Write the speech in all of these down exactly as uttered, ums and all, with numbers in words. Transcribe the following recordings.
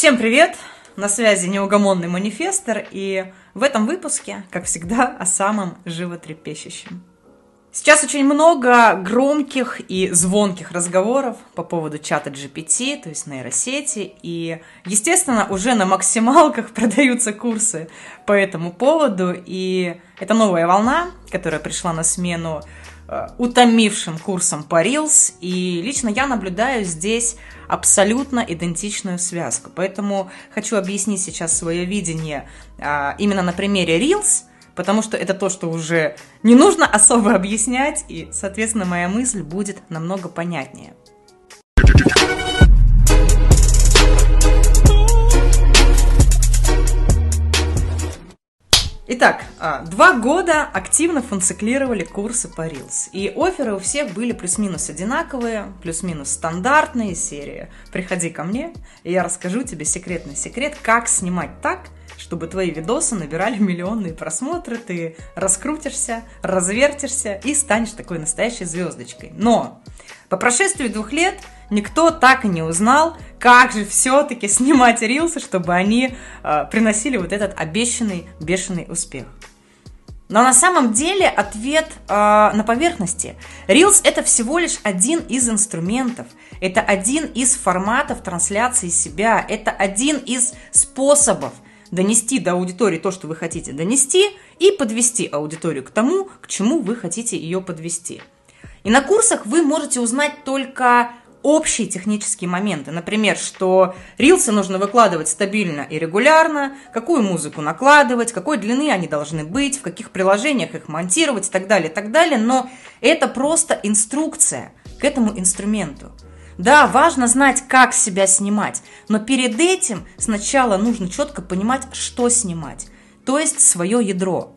Всем привет! На связи неугомонный манифестор, и в этом выпуске, как всегда, о самом животрепещущем. Сейчас очень много громких и звонких разговоров по поводу чата джи пи ти, то есть нейросети, и, естественно, уже на максималках продаются курсы по этому поводу, и это новая волна, которая пришла на смену э, утомившим курсам по Reels, и лично я наблюдаю здесь абсолютно идентичную связку, поэтому хочу объяснить сейчас свое видение э, именно на примере Reels, потому что это то, что уже не нужно особо объяснять, и, соответственно, моя мысль будет намного понятнее. Итак, два года активно функционировали курсы по Reels, и офферы у всех были плюс-минус одинаковые, плюс-минус стандартные серии. Приходи ко мне, и я расскажу тебе секретный секрет, как снимать так, чтобы твои видосы набирали миллионные просмотры, ты раскрутишься, развертишься и станешь такой настоящей звездочкой. Но по прошествии двух лет никто так и не узнал, как же все-таки снимать рилсы, чтобы они э, приносили вот этот обещанный бешеный успех. Но на самом деле ответ э, на поверхности. Reels – это всего лишь один из инструментов, это один из форматов трансляции себя, это один из способов донести до аудитории то, что вы хотите донести, и подвести аудиторию к тому, к чему вы хотите ее подвести. И на курсах вы можете узнать только общие технические моменты. Например, что рилсы нужно выкладывать стабильно и регулярно, какую музыку накладывать, какой длины они должны быть, в каких приложениях их монтировать и так далее, и так далее. Но это просто инструкция к этому инструменту. Да, важно знать, как себя снимать, но перед этим сначала нужно четко понимать, что снимать, то есть свое ядро.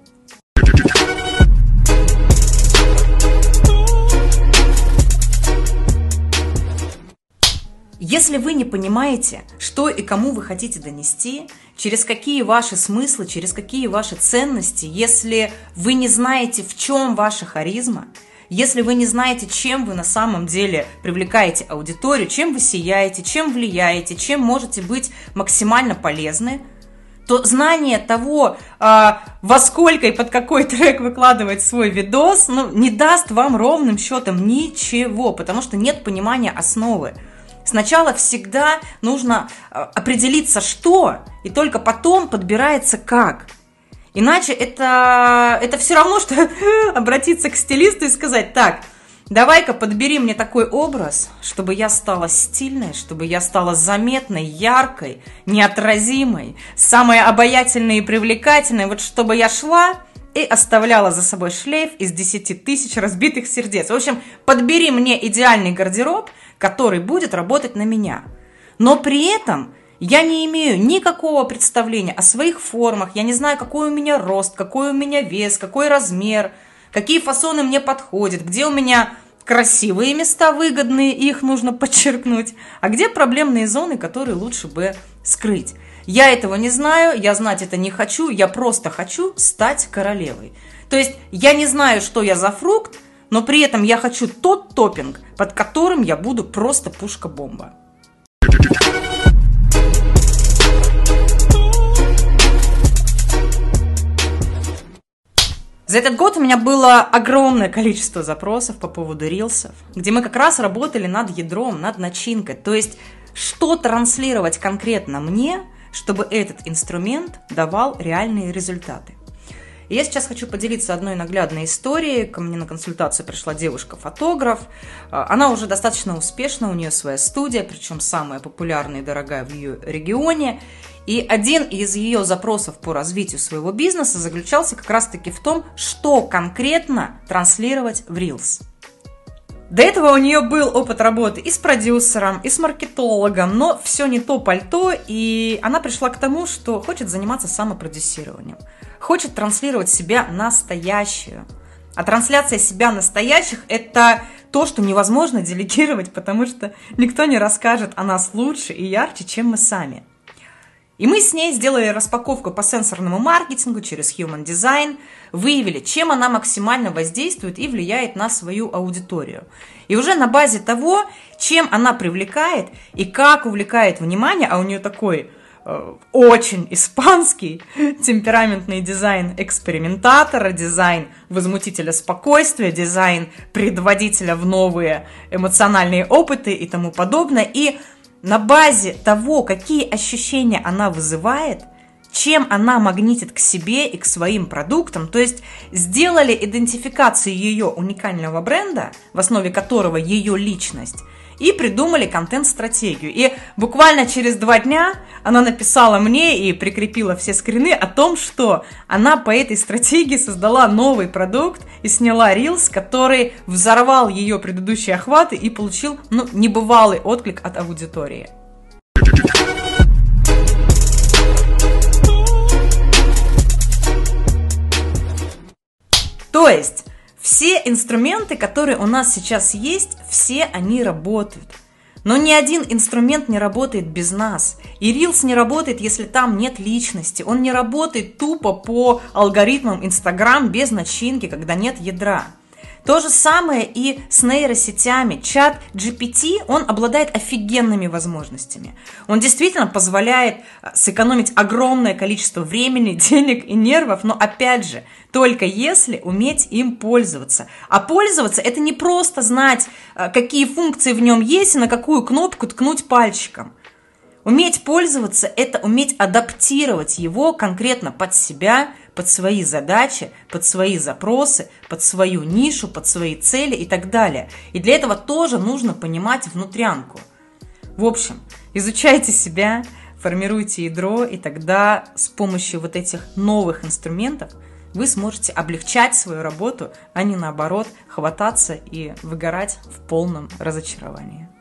Если вы не понимаете, что и кому вы хотите донести, через какие ваши смыслы, через какие ваши ценности, если вы не знаете, в чем ваша харизма, если вы не знаете, чем вы на самом деле привлекаете аудиторию, чем вы сияете, чем влияете, чем можете быть максимально полезны, то знание того, во сколько и под какой трек выкладывать свой видос, ну, не даст вам ровным счетом ничего, потому что нет понимания основы. Сначала всегда нужно определиться, что, и только потом подбирается как. Иначе это, это все равно, что обратиться к стилисту и сказать: так, давай-ка подбери мне такой образ, чтобы я стала стильной, чтобы я стала заметной, яркой, неотразимой, самой обаятельной и привлекательной, вот чтобы я шла и оставляла за собой шлейф из десяти тысяч разбитых сердец. В общем, подбери мне идеальный гардероб, который будет работать на меня. Но при этом я не имею никакого представления о своих формах, я не знаю, какой у меня рост, какой у меня вес, какой размер, какие фасоны мне подходят, где у меня красивые места выгодные, их нужно подчеркнуть, а где проблемные зоны, которые лучше бы скрыть. Я этого не знаю, я знать это не хочу, я просто хочу стать королевой. То есть я не знаю, что я за фрукт, но при этом я хочу тот топпинг, под которым я буду просто пушка-бомба. За этот год у меня было огромное количество запросов по поводу рилсов, где мы как раз работали над ядром, над начинкой. То есть, что транслировать конкретно мне, чтобы этот инструмент давал реальные результаты. И я сейчас хочу поделиться одной наглядной историей. Ко мне на консультацию пришла девушка-фотограф. Она уже достаточно успешна, у нее своя студия, причем самая популярная и дорогая в ее регионе. И один из ее запросов по развитию своего бизнеса заключался как раз-таки в том, что конкретно транслировать в Reels. До этого у нее был опыт работы и с продюсером, и с маркетологом, но все не то пальто, и она пришла к тому, что хочет заниматься самопродюсированием, хочет транслировать себя настоящую. А трансляция себя настоящих – это то, что невозможно делегировать, потому что никто не расскажет о нас лучше и ярче, чем мы сами. И мы с ней сделали распаковку по сенсорному маркетингу через Human Design, выявили, чем она максимально воздействует и влияет на свою аудиторию. И уже на базе того, чем она привлекает и как увлекает внимание, а у нее такой э, очень испанский, темпераментный дизайн экспериментатора, дизайн возмутителя спокойствия, дизайн предводителя в новые эмоциональные опыты и тому подобное. И на базе того, какие ощущения она вызывает, чем она магнитит к себе и к своим продуктам, то есть сделали идентификацию ее уникального бренда, в основе которого ее личность, и придумали контент-стратегию. И буквально через два дня она написала мне и прикрепила все скрины о том, что она по этой стратегии создала новый продукт и сняла рилс, который взорвал ее предыдущие охваты и получил, ну, небывалый отклик от аудитории. То есть все инструменты, которые у нас сейчас есть, все они работают. Но ни один инструмент не работает без нас. И Reels не работает, если там нет личности. Он не работает тупо по алгоритмам Instagram без начинки, когда нет ядра. То же самое и с нейросетями. Чат джи пи ти, он обладает офигенными возможностями. Он действительно позволяет сэкономить огромное количество времени, денег и нервов, но опять же, только если уметь им пользоваться. А пользоваться — это не просто знать, какие функции в нем есть и на какую кнопку ткнуть пальчиком. Уметь пользоваться – это уметь адаптировать его конкретно под себя, под свои задачи, под свои запросы, под свою нишу, под свои цели и так далее. И для этого тоже нужно понимать внутрянку. В общем, изучайте себя, формируйте ядро, и тогда с помощью вот этих новых инструментов вы сможете облегчать свою работу, а не наоборот хвататься и выгорать в полном разочаровании.